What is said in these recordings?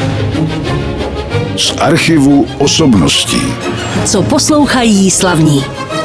Z archivu osobností. Co poslouchají slavní.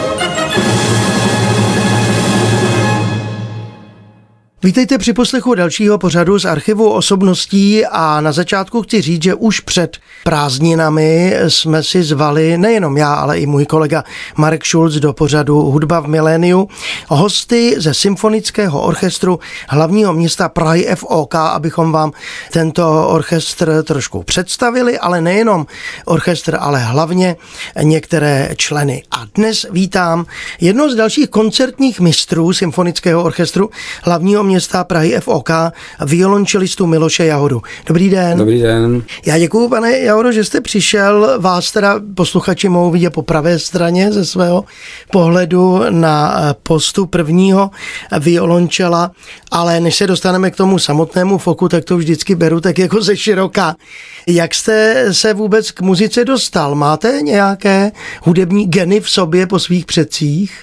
Vítejte při poslechu dalšího pořadu z archivu osobností a na začátku chci říct, že už před prázdninami jsme si zvali, nejenom já, ale i můj kolega Marek Schulz do pořadu Hudba v miléniu, hosty ze Symfonického orchestru hlavního města Prahy FOK, abychom vám tento orchestr trošku představili, ale nejenom orchestr, ale hlavně některé členy. A dnes vítám jedno z dalších koncertních mistrů Symfonického orchestru hlavního města Prahy FOK, violončelistu Miloše Jahodu. Dobrý den. Dobrý den. Já děkuju, pane Jahodo, že jste přišel. Vás teda posluchači mohou vidět po pravé straně ze svého pohledu na postu prvního violončela, ale než se dostaneme k tomu samotnému foku, tak to vždycky beru tak jako ze široka. Jak jste se vůbec k muzice dostal? Máte nějaké hudební geny v sobě po svých předcích?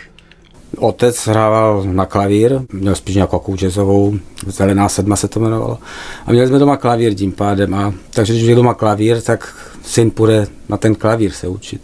Otec hrával na klavír, měl spíš nějakou jazzovou, Zelená sedma se to jmenovalo. A měli jsme doma klavír tím pádem. Takže když je doma klavír, tak syn půjde na ten klavír se učit.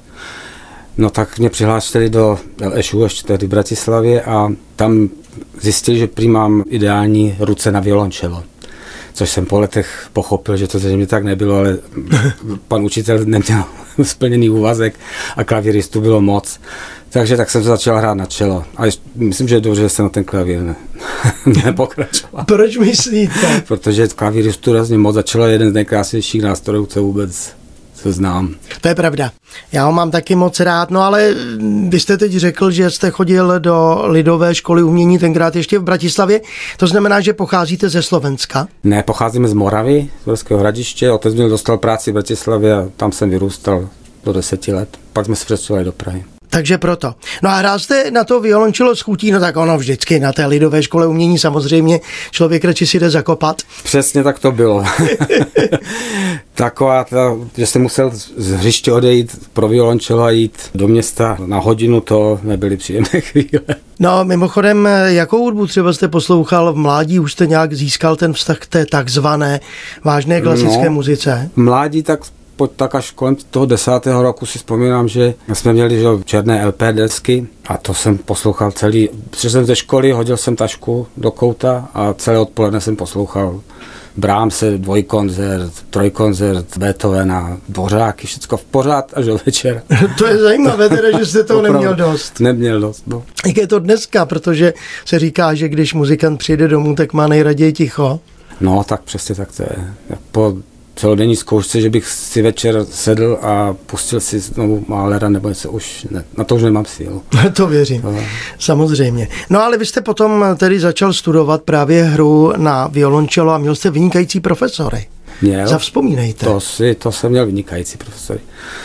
No tak mě přihlásili do LŠU, ještě tady v Bratislavě, a tam zjistili, že prý mám ideální ruce na violončelo. Což jsem po letech pochopil, že to zřejmě tak nebylo, ale pan učitel neměl splněný úvazek a klavíristů bylo moc. Takže tak jsem začal hrát na čelo. A myslím, že je dobře, že jsem na ten klavír nepokračoval. Proč myslíte? Protože klavíristů razně moc, a čelo je jeden z nejkrásnějších nástrojů, co vůbec se znám. To je pravda. Já ho mám taky moc rád, no ale vy jste teď řekl, že jste chodil do Lidové školy umění, tenkrát ještě v Bratislavě. To znamená, že pocházíte ze Slovenska? Ne, pocházíme z Moravy, z Uherského Hradiště. Otec mi dostal práci v Bratislavě a tam jsem vyrůstal do 10 let. Pak jsme se přestěhovali do Prahy. Takže proto. No a hrál jste na to violončelo s chutí, no tak ono vždycky na té Lidové škole umění samozřejmě člověk radši si jde zakopat. Přesně tak to bylo. Že jsem musel z hřiště odejít pro violončelo a jít do města na hodinu, to nebyly příjemné chvíle. No mimochodem, jakou hudbu třeba jste poslouchal v mládí, už jste nějak získal ten vztah k té takzvané vážné klasické muzice? V mládí tak až kolem toho 10. roku si vzpomínám, že jsme měli černé LP desky a to jsem poslouchal celý. Přišel jsem ze školy, hodil jsem tašku do kouta a celé odpoledne jsem poslouchal Brahmse, dvojkoncert, trojkoncert, Beethovena, Dvořáky, všecko v pořád až do večera. To je zajímavé teda, že jste toho neměl dost. Neměl dost, no. Jak je to dneska, protože se říká, že když muzikant přijde domů, tak má nejraději ticho. No, tak přesně tak to je. Po celodenní zkoušce, že bych si večer sedl a pustil si znovu Mahlera nebo něco, už ne, na to už nemám sílu. To věřím, samozřejmě. No ale vy jste potom tedy začal studovat právě hru na violončelo a měl jste vynikající profesory. Zavzpomínejte. To jsem měl vynikající profesory.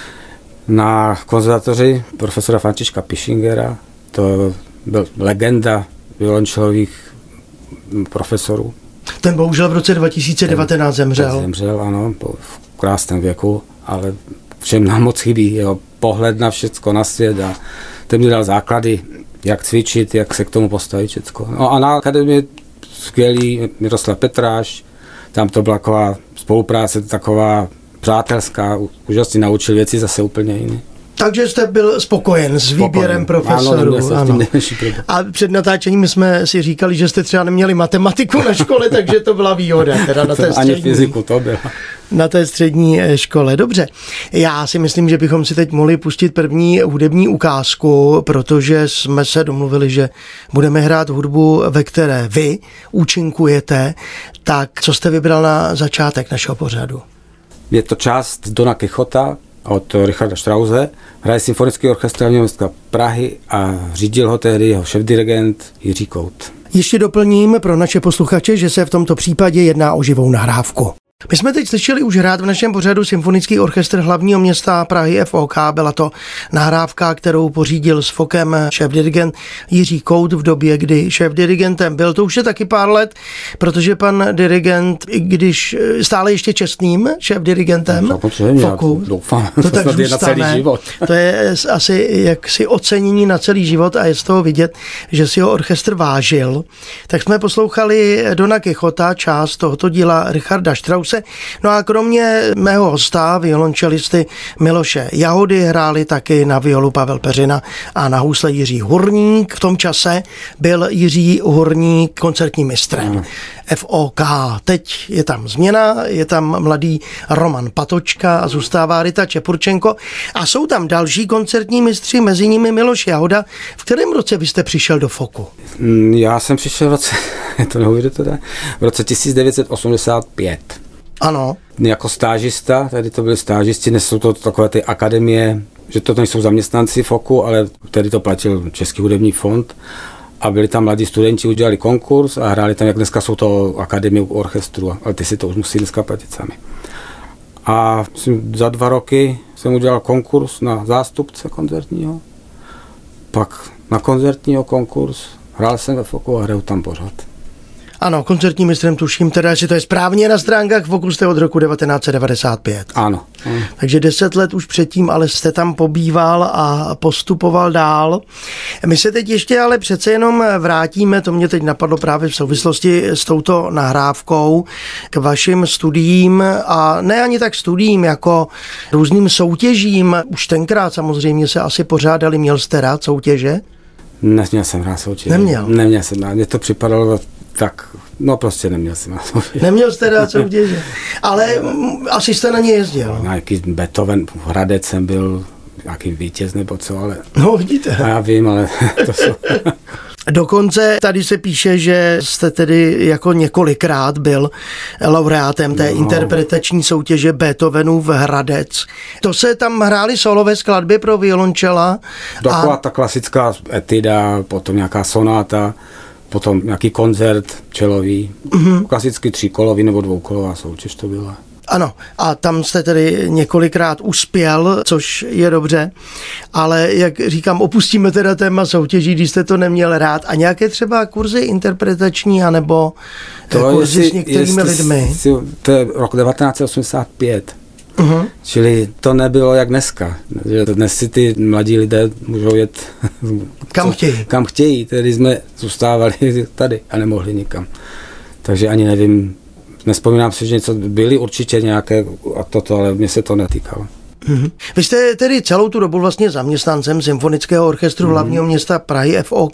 Na konzervatoři profesora Františka Pischingera, to byl legenda violončelových profesorů. Ten bohužel v roce 2019 zemřel. Zemřel, ano, v krásném věku, ale všem nám moc chybí jeho pohled na všecko, na svět, a ten mi dal základy, jak cvičit, jak se k tomu postavit všecko. No a na akademii skvělý Miroslav Petráš, tam to byla taková spolupráce, taková přátelská, úžasně naučil věci zase úplně jiné. Takže jste byl spokojen s výběrem profesorů. Ano. A před natáčením jsme si říkali, že jste třeba neměli matematiku na škole, takže to byla výhoda. Teda na té ani fyziku to byla. Na té střední škole. Dobře. Já si myslím, že bychom si teď mohli pustit první hudební ukázku, protože jsme se domluvili, že budeme hrát hudbu, ve které vy účinkujete. Tak co jste vybral na začátek našeho pořadu? Je to část Dona Quixota od Richarda Strause. Hraje Symfonický orchestr hlavního města Prahy a řídil ho tehdy jeho šéfdirigent Jiří Kout. Ještě doplním pro naše posluchače, že se v tomto případě jedná o živou nahrávku. My jsme teď slyšeli už hrát v našem pořadu Symfonický orchestr hlavního města Prahy FOK. Byla to nahrávka, kterou pořídil s Fokem šéfdirigent Jiří Kout v době, kdy šéfdirigentem byl. To už je taky pár let, protože pan dirigent, i když stále ještě čestným šéfdirigentem Foku, doufám, to tak je na celý život. To je asi jaksi ocenění na celý život a je z toho vidět, že si ho orchestr vážil. Tak jsme poslouchali Dona Quixota, část tohoto díla Richarda Strause se. No a kromě mého hosta, violončelisty Miloše Jahody, hráli taky na violu Pavel Peřina a na housle Jiří Hurník. V tom čase byl Jiří Hurník koncertním mistrem FOK. Teď je tam změna, je tam mladý Roman Patočka a zůstává Rita Čepurčenko a jsou tam další koncertní mistři, mezi nimi Miloš Jahoda. V kterém roce vy jste přišel do FOKu? Já jsem přišel v roce 1985. Ano. Jako stážista, tady to byli stážisti, dnes jsou to takové ty akademie, že to nejsou zaměstnanci FOKu, ale tady to platil Český hudební fond a byli tam mladí studenti, udělali konkurs a hráli tam, jak dneska jsou to akademie orchestru, ale ty si to už musí dneska platit sami. A za 2 roky jsem udělal konkurs na zástupce koncertního, pak na koncertního konkurs, hrál jsem ve FOKu a hraju tam pořád. Ano, koncertním mistrem tuším teda, že to je správně na stránkách FOKu jste od roku 1995. Ano. Takže 10 let už předtím, ale jste tam pobýval a postupoval dál. My se teď ještě ale přece jenom vrátíme, to mě teď napadlo právě v souvislosti s touto nahrávkou, k vašim studiím a ne ani tak studiím, jako různým soutěžím. Už tenkrát samozřejmě se asi pořádali, měl jste rád soutěže? Neměl jsem rád soutěže. Neměl jsem rád, mně to připadalo tak, no prostě neměl jsem rád soutěže. Neměl jste rád soutěže, ale asi jste na ně jezdil. Nějaký Beethoven, Hradec jsem byl, nějaký vítěz nebo co, ale... No vidíte. A já vím, ale to jsou... Dokonce tady se píše, že jste tedy jako několikrát byl laureátem té interpretační soutěže Beethovenův Hradec. To se tam hrály solové skladby pro violončela. Taková ta klasická etida, potom nějaká sonáta, potom nějaký koncert čelový, klasicky 3kolový nebo 2kolová soutěž to byla. Ano, a tam jste tedy několikrát uspěl, což je dobře, ale jak říkám, opustíme teda téma soutěží, když jste to neměl rád. A nějaké třeba kurzy interpretační, anebo kurzy s některými lidmi? To je rok 1985. Čili to nebylo jak dneska. Dnes si ty mladí lidé můžou jet kam chtějí. Tedy jsme zůstávali tady a nemohli nikam. Takže ani nevím, nespomínám si, že něco byly určitě nějaké a toto, ale mě se to netýkalo. Vy jste tedy celou tu dobu vlastně zaměstnancem Symfonického orchestru hlavního města Prahy FOK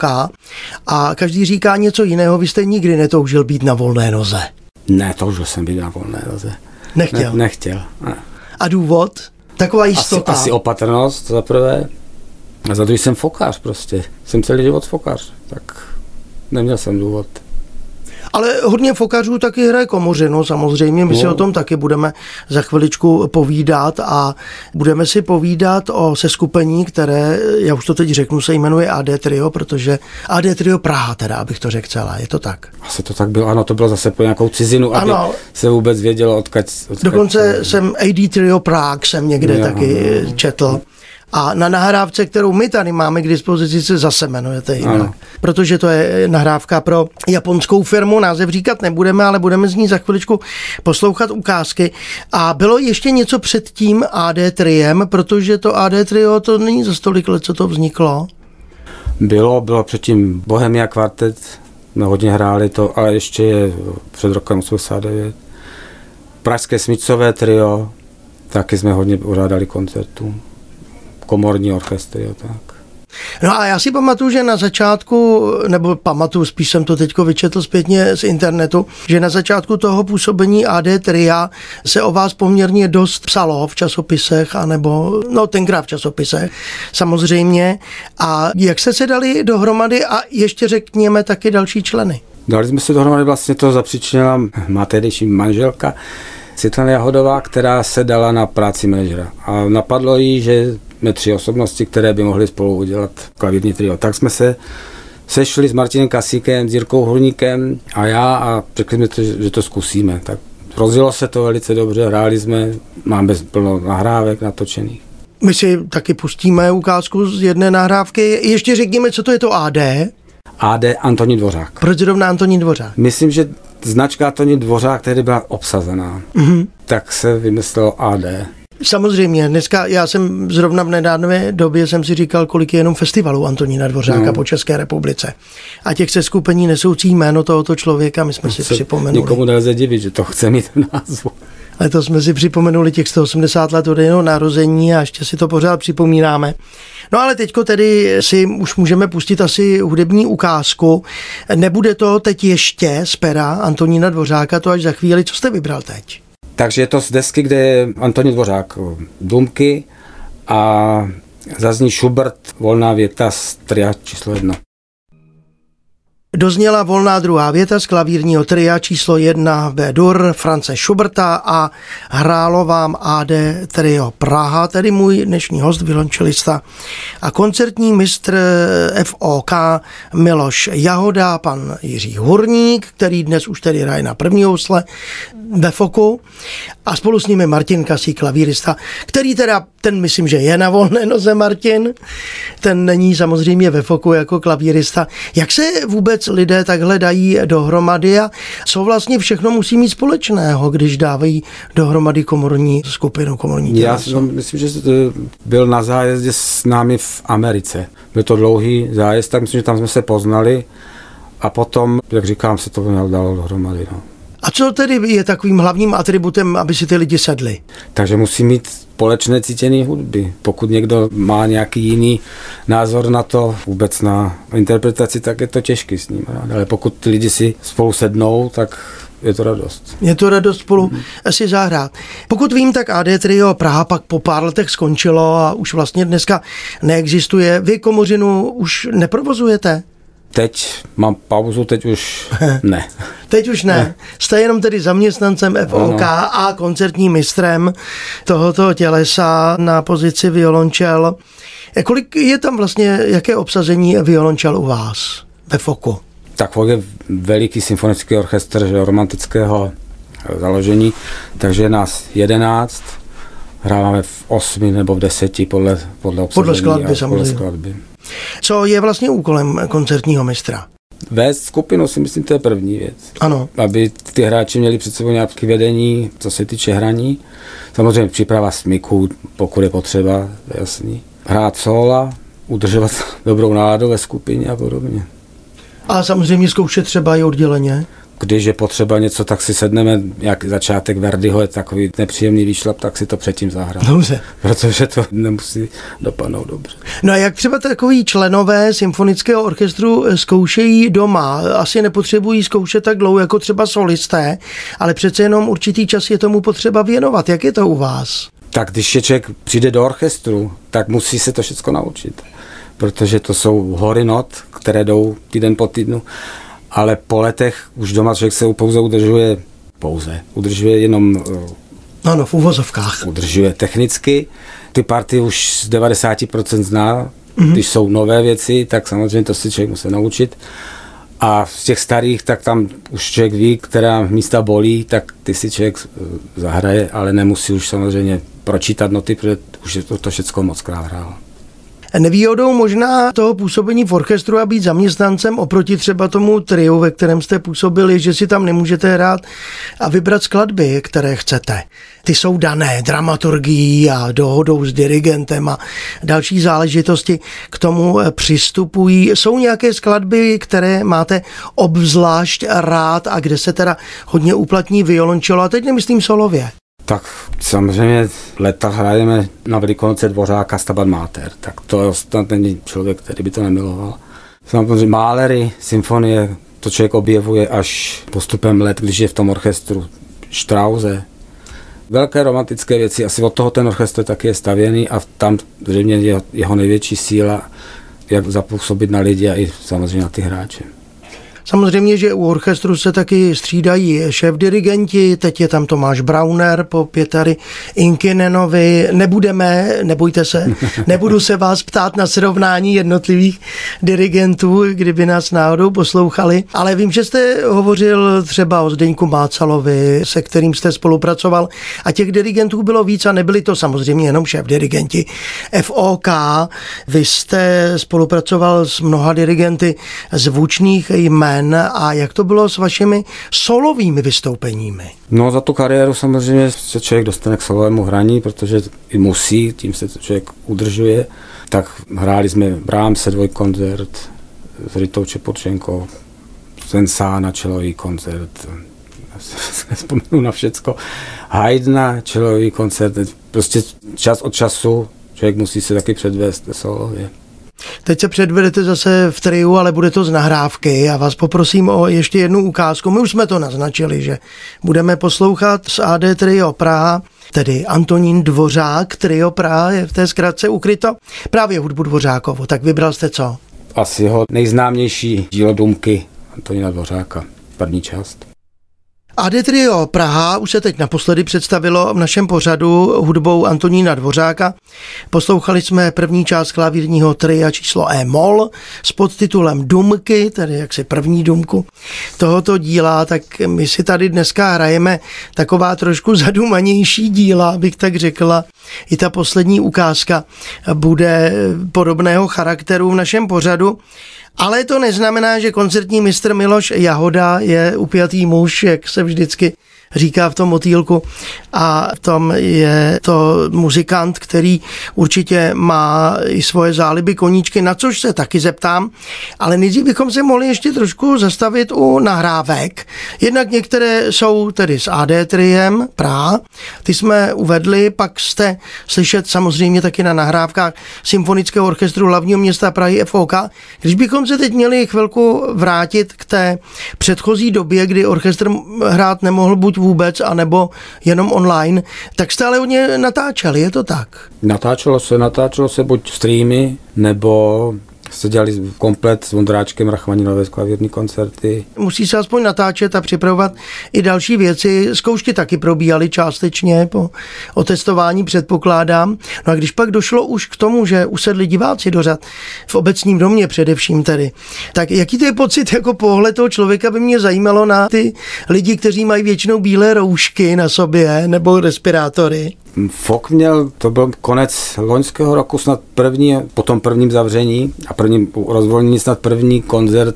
a každý říká něco jiného. Vy jste nikdy netoužil být na volné noze? Ne, toužil jsem být na volné noze. Nechtěl? Nechtěl. Ne. A důvod? Taková jistota? Asi opatrnost za prvé. A za druhý jsem fokář prostě. Jsem celý život fokář, tak neměl jsem důvod. Ale hodně fokařů taky hraje komořinu, samozřejmě. My si o tom taky budeme za chviličku povídat a budeme si povídat o seskupení, které, já už to teď řeknu, se jmenuje AD Trio, protože AD Trio Praha teda, abych to řekl celé, je to tak? Asi to tak bylo, ano, to bylo zase po nějakou cizinu, aby se vůbec vědělo, odkud. Dokonce jsem AD Trio Prague jsem někde taky četl. A na nahrávce, kterou my tady máme k dispozici, se zase jmenujete jinak. Protože to je nahrávka pro japonskou firmu, název říkat nebudeme, ale budeme z ní za chviličku poslouchat ukázky. A bylo ještě něco před tím AD Triem, protože to AD Trio, to není za tolik let, co to vzniklo. Bylo předtím Bohemia kvartet, jsme hodně hráli to, ale ještě je před rokem 89. Pražské smyčcové trio, taky jsme hodně urádali koncertů. Komorní orchestry, jo, tak. No a já si pamatuju, že na začátku, nebo pamatuju, spíš jsem to teďko vyčetl zpětně z internetu, že na začátku toho působení AD Tria se o vás poměrně dost psalo v časopisech, anebo, no tenkrát v časopisech, samozřejmě. A jak jste se dali dohromady a ještě řekněme taky další členy? Dali jsme se dohromady, vlastně to zapříčinila má tehdejší manželka Světlana Jahodová, která se dala na práci manažera. A napadlo jí, že jsme 3 osobnosti, které by mohly spolu udělat klavírní trio. Tak jsme se sešli s Martinem Kasíkem, s Jirkou Hurníkem a já a řekli jsme, že to zkusíme. Tak rozjelo se to velice dobře, hráli jsme, máme plno nahrávek natočených. My si taky pustíme ukázku z jedné nahrávky. Ještě řekněme, co to je to AD? AD Antonín Dvořák. Proč zrovna Antonín Dvořák? Myslím, že značka Antonín Dvořák tehdy byla obsazená. Tak se vymyslelo AD. Samozřejmě, dneska já jsem zrovna v nedávné době jsem si říkal, kolik je jenom festivalů Antonína Dvořáka po České republice. A těch seskupení nesoucí jméno tohoto člověka, my jsme si připomenuli. Nikomu nelze divit, že to chce mít v názvu. Letos jsme si připomenuli těch 180 let od jeho narození a ještě si to pořád připomínáme. No ale teďko tedy si už můžeme pustit asi hudební ukázku. Nebude to teď ještě z pera Antonína Dvořáka, to až za chvíli. Co jste vybral teď? Takže je to z desky, kde je Antonín Dvořák Důmky a zazní Schubert, volná věta z tria číslo 1. Dozněla volná druhá věta z klavírního tria číslo 1 B-dur France Schuberta a hrálo vám AD Trio Praha, tedy můj dnešní host, violončelista a koncertní mistr FOK Miloš Jahoda, pan Jiří Hurník, který dnes už tedy hraje na první housle ve Foku a spolu s nimi Martin Kasí, klavírista, který teda, ten myslím, že je na volné noze Martin, ten není samozřejmě ve Foku jako klavírista. Jak se vůbec lidé takhle dají dohromady a co vlastně všechno musí mít společného, když dávají dohromady komorní skupinu, komorní těleso? Já myslím, že byl na zájezdě s námi v Americe. Byl to dlouhý zájezd, tak myslím, že tam jsme se poznali a potom, jak říkám, se to dalo dohromady. No. A co tedy je takovým hlavním atributem, aby si ty lidi sedli? Takže musí mít společné cítění hudby. Pokud někdo má nějaký jiný názor na to, vůbec na interpretaci, tak je to těžký s ním. Ale pokud ty lidi si spolu sednou, tak je to radost. Je to radost spolu si zahrát. Pokud vím, tak AD Trio Praha pak po pár letech skončilo a už vlastně dneska neexistuje. Vy komořinu už neprovozujete? Teď mám pauzu, teď už ne. Teď už ne. Jste jenom tedy zaměstnancem FOK a koncertním mistrem tohoto tělesa na pozici violončel. Kolik je tam vlastně, jaké obsazení violončel u vás ve Foku? Tak Fok je veliký symfonický orchestr romantického založení, takže je nás 11, hráváme v 8 nebo v 10 podle obsazení. Podle skladby samozřejmě. Co je vlastně úkolem koncertního mistra? Vést skupinu si myslím, to je první věc. Ano. Aby ty hráči měli před sebou nějaké vedení, co se týče hraní. Samozřejmě příprava smyku, pokud je potřeba, jasný. Hrát sóla, udržovat dobrou náladu ve skupině a podobně. A samozřejmě zkoušet třeba i odděleně? Když je potřeba něco, tak si sedneme, jak začátek Verdiho je takový nepříjemný výšlap, tak si to předtím zahrát. Dobře. Protože to nemusí dopadnout dobře. No a jak třeba takový členové symfonického orchestru zkoušejí doma? Asi nepotřebují zkoušet tak dlouho jako třeba solisté, ale přece jenom určitý čas je tomu potřeba věnovat. Jak je to u vás? Tak když je člověk přijde do orchestru, tak musí se to všechno naučit. Protože to jsou hory not, které jdou týden po týdnu. Ale po letech už doma člověk se pouze udržuje jenom Ano, v uvozovkách. Udržuje technicky. Ty party už z 90% zná. Když jsou nové věci, tak samozřejmě to si člověk musí naučit. A z těch starých, tak tam už člověk ví, která místa bolí, tak ty si člověk zahraje, ale nemusí už samozřejmě pročítat noty, protože už je to všechno moc krát hrál. Nevýhodou možná toho působení v orchestru a být zaměstnancem oproti třeba tomu triu, ve kterém jste působili, že si tam nemůžete hrát a vybrat skladby, které chcete. Ty jsou dané dramaturgií a dohodou s dirigentem a další záležitosti k tomu přistupují. Jsou nějaké skladby, které máte obzvlášť rád a kde se teda hodně uplatní violončelo, a teď nemyslím solově. Tak samozřejmě leta hrajeme na Velikonoce Dvořáka Stabat Mater, tak to snad není člověk, který by to nemiloval. Samozřejmě Mahlery, symfonie, to člověk objevuje až postupem let, když je v tom orchestru. Strause. Velké romantické věci, asi od toho ten orchestr taky je stavěný a tam zřejmě je jeho největší síla, jak zapůsobit na lidi a i samozřejmě na ty hráče. Samozřejmě, že u orchestru se taky střídají šéfdirigenti, teď je tam Tomáš Brauner po Pětari Inkinenovi. Nebojte se, nebudu se vás ptát na srovnání jednotlivých dirigentů, kdyby nás náhodou poslouchali, ale vím, že jste hovořil třeba o Zdeňku Mácalovi, se kterým jste spolupracoval, a těch dirigentů bylo víc a nebyli to samozřejmě jenom šéfdirigenti FOK. Vy jste spolupracoval s mnoha dirigenty zvučných jmén. ven a jak to bylo s vašimi solovými vystoupeními? No za tu kariéru samozřejmě se člověk dostane k solovému hraní, protože i musí, tím se to člověk udržuje. Tak hráli jsme Brahmse dvojkoncert s Ritou Čepotčenkou, Sensána čelový koncert, vzpomenu na všecko, Haydna čelový koncert, prostě čas od času člověk musí se taky předvést solově. Teď se předvedete zase v triu, ale bude to z nahrávky. Já vás poprosím o ještě jednu ukázku. My už jsme to naznačili, že budeme poslouchat z AD Trio Praha, tedy Antonín Dvořák, Trio Praha je v té zkratce ukryto, právě hudbu Dvořákovu. Tak vybral jste co? Asi jeho nejznámější dílo Dumky Antonína Dvořáka, první část. AD Trio Praha už se teď naposledy představilo v našem pořadu hudbou Antonína Dvořáka. Poslouchali jsme první část klavírního tria číslo E-moll s podtitulem Dumky, tedy jaksi první dumku tohoto díla, tak my si tady dneska hrajeme taková trošku zadumanější díla, abych tak řekla. I ta poslední ukázka bude podobného charakteru v našem pořadu. Ale to neznamená, že koncertní mistr Miloš Jahoda je upjatý muž, jak se vždycky říká v tom motýlku, a v tom je to muzikant, který určitě má i svoje záliby koníčky, na což se taky zeptám, ale nejdřív bychom se mohli ještě trošku zastavit u nahrávek. Jednak některé jsou tedy s AD Triem Praha, ty jsme uvedli, pak jste slyšet samozřejmě taky na nahrávkách Symfonického orchestru hlavního města Prahy FOK. Když bychom se teď měli chvilku vrátit k té předchozí době, kdy orchestr hrát nemohl buď vůbec, anebo jenom online, tak jste ale hodně natáčeli, je to tak? Natáčelo se buď streamy, nebo se dělali komplet s Vondráčkem Rachmaninové klavírní koncerty. Musí se aspoň natáčet a připravovat i další věci. Zkoušky taky probíhaly částečně po otestování, předpokládám. No a když pak došlo už k tomu, že usedli diváci do řad, v Obecním domě především tedy, tak jaký to je pocit jako pohled toho člověka, by mě zajímalo na ty lidi, kteří mají většinou bílé roušky na sobě nebo respirátory? FOK měl, to byl konec loňského roku, snad první, po tom prvním zavření a prvním rozvolnění, snad první koncert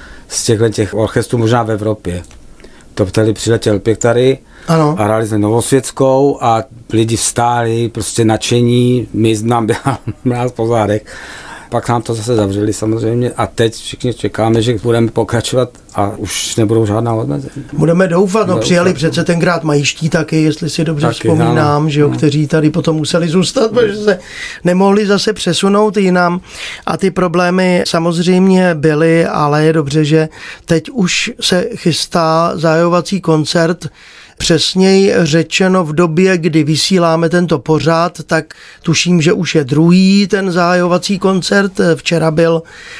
z těch orchestrů možná v Evropě. To tady přiletěl Pěktary a hráli jsme Novosvětskou a lidi vstáli, prostě nadšení, nám běhal mráz po zádech. Pak nám to zase zavřeli samozřejmě a teď všichni čekáme, že budeme pokračovat a už nebudou žádná omezení. Budeme doufat, přijali přece tenkrát Majiští taky, jestli si dobře vzpomínám, že jo, kteří tady potom museli zůstat, protože se nemohli zase přesunout jinam a ty problémy samozřejmě byly, ale je dobře, že teď už se chystá zahajovací koncert. Přesněji řečeno v době, kdy vysíláme tento pořad, tak tuším, že už je druhý ten zahajovací koncert. Včera byl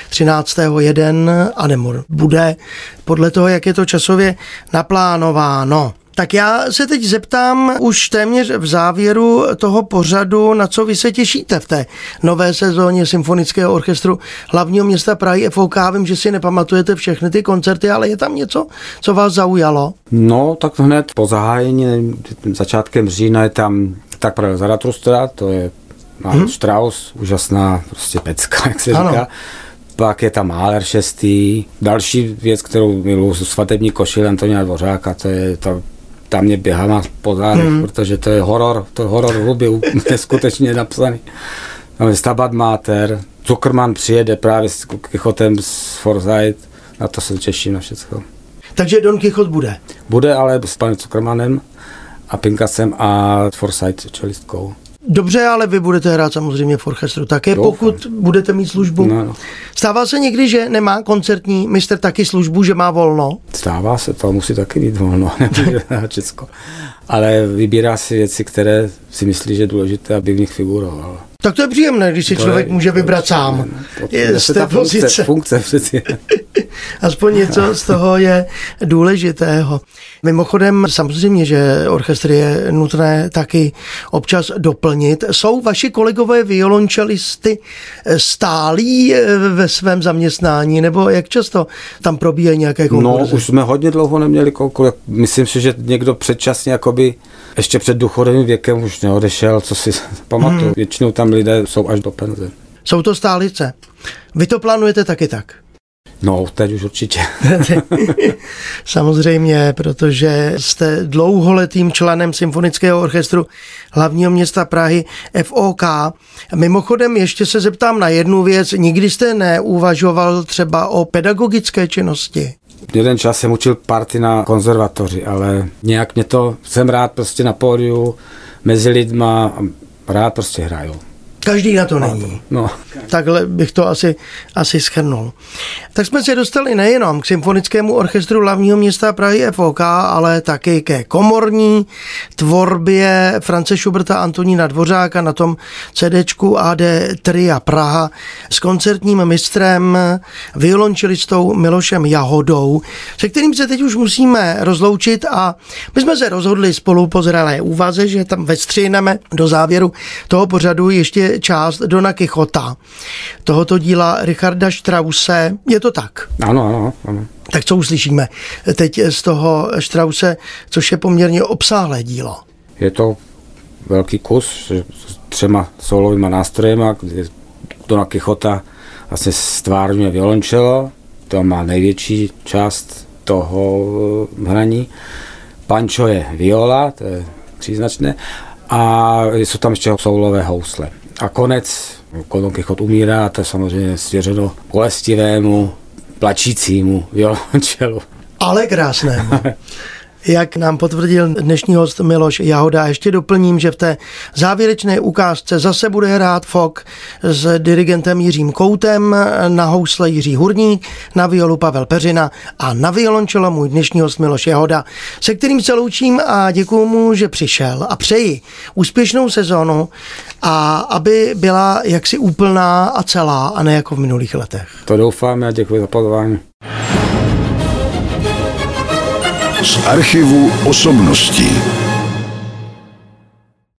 13.1. a nebo bude podle toho, jak je to časově naplánováno. Tak já se teď zeptám už téměř v závěru toho pořadu, na co vy se těšíte v té nové sezóně Symfonického orchestru hlavního města Prahy FOK. Vím, že si nepamatujete všechny ty koncerty, ale je tam něco, co vás zaujalo? No, tak hned po zahájení, začátkem října je tam Tak pravil Zaratustra, to je Strauss, úžasná prostě pecka, jak se říká. Pak je tam Mahler 6. Další věc, kterou miluji, Svatební košile Antonína Dvořáka, to je to, tam mě běhá po zádech, protože to je horor hruby, neskutečně napsaný. Tam je Stabat Mater, Zuckerman přijede právě s Quixotem z Forsyth, na to se těším na všechno. Takže Don Quixote bude? Bude, ale s panem Zuckermanem a Pinkasem a Forsyth čelistkou. Dobře, ale vy budete hrát samozřejmě v orchestru také, pokud budete mít službu. No. Stává se někdy, že nemá koncertní mistr taky službu, že má volno? Stává se to, musí taky mít volno, nemůže hrát všechno. Ale vybírá si věci, které si myslí, že je důležité, aby v nich figuroval. Tak to je příjemné, když si člověk může vybrat sám. Je z té funkce přeci. Aspoň něco z toho je důležitého. Mimochodem, samozřejmě, že orchestr je nutné taky občas doplnit. Jsou vaši kolegové violončelisty stálí ve svém zaměstnání, nebo jak často tam probíhají nějaké konkurzy? No, už jsme hodně dlouho neměli konkurzy. Myslím si, že někdo předčasně, jakoby ještě před důchodovým věkem už neodešel, co si pamatuju. Většinou tam lidé jsou až do penze. Jsou to stálice. Vy to plánujete taky tak? No, teď už určitě. Samozřejmě, protože jste dlouholetým členem Symfonického orchestru hlavního města Prahy FOK. Mimochodem, ještě se zeptám na jednu věc. Nikdy jste neuvažoval třeba o pedagogické činnosti? Jeden čas jsem učil party na konzervatoři, ale nějak mě to, jsem rád prostě na pódiu, mezi lidma, rád prostě hraju. Každý na to není. No. Takhle bych to asi shrnul. Tak jsme se dostali nejenom k Symfonickému orchestru hlavního města Prahy FOK, ale taky ke komorní tvorbě France Schuberta a Antonína Dvořáka na tom CDčku AD Tria Praha s koncertním mistrem, violončelistou Milošem Jahodou, se kterým se teď už musíme rozloučit a my jsme se rozhodli spolu po zralé úvaze, že tam vstřihneme do závěru toho pořadu ještě část Dona Quixota, tohoto díla Richarda Strausse. Je to tak? Ano. Tak co uslyšíme teď z toho Strausse, což je poměrně obsáhlé dílo? Je to velký kus s 3 solovými nástrojema, kde Dona Quixota vlastně stvárňuje violončelo, to má největší část toho hraní. Pancho je viola, to je příznačné, a jsou tam ještě soulové housle. A konec, Don Quixote umírá, to je samozřejmě svěřeno bolestivému, plačícímu violončelu. Ale krásnému. Jak nám potvrdil dnešní host Miloš Jahoda, ještě doplním, že v té závěrečné ukázce zase bude hrát Fok s dirigentem Jiřím Koutem, na housle Jiří Hurník, na violu Pavel Peřina a na violončelo můj dnešní host Miloš Jahoda, se kterým se loučím a děkuju mu, že přišel a přeji úspěšnou sezónu a aby byla jaksi úplná a celá a ne jako v minulých letech. To doufám a děkuji za pozvání. Z archivu osobností.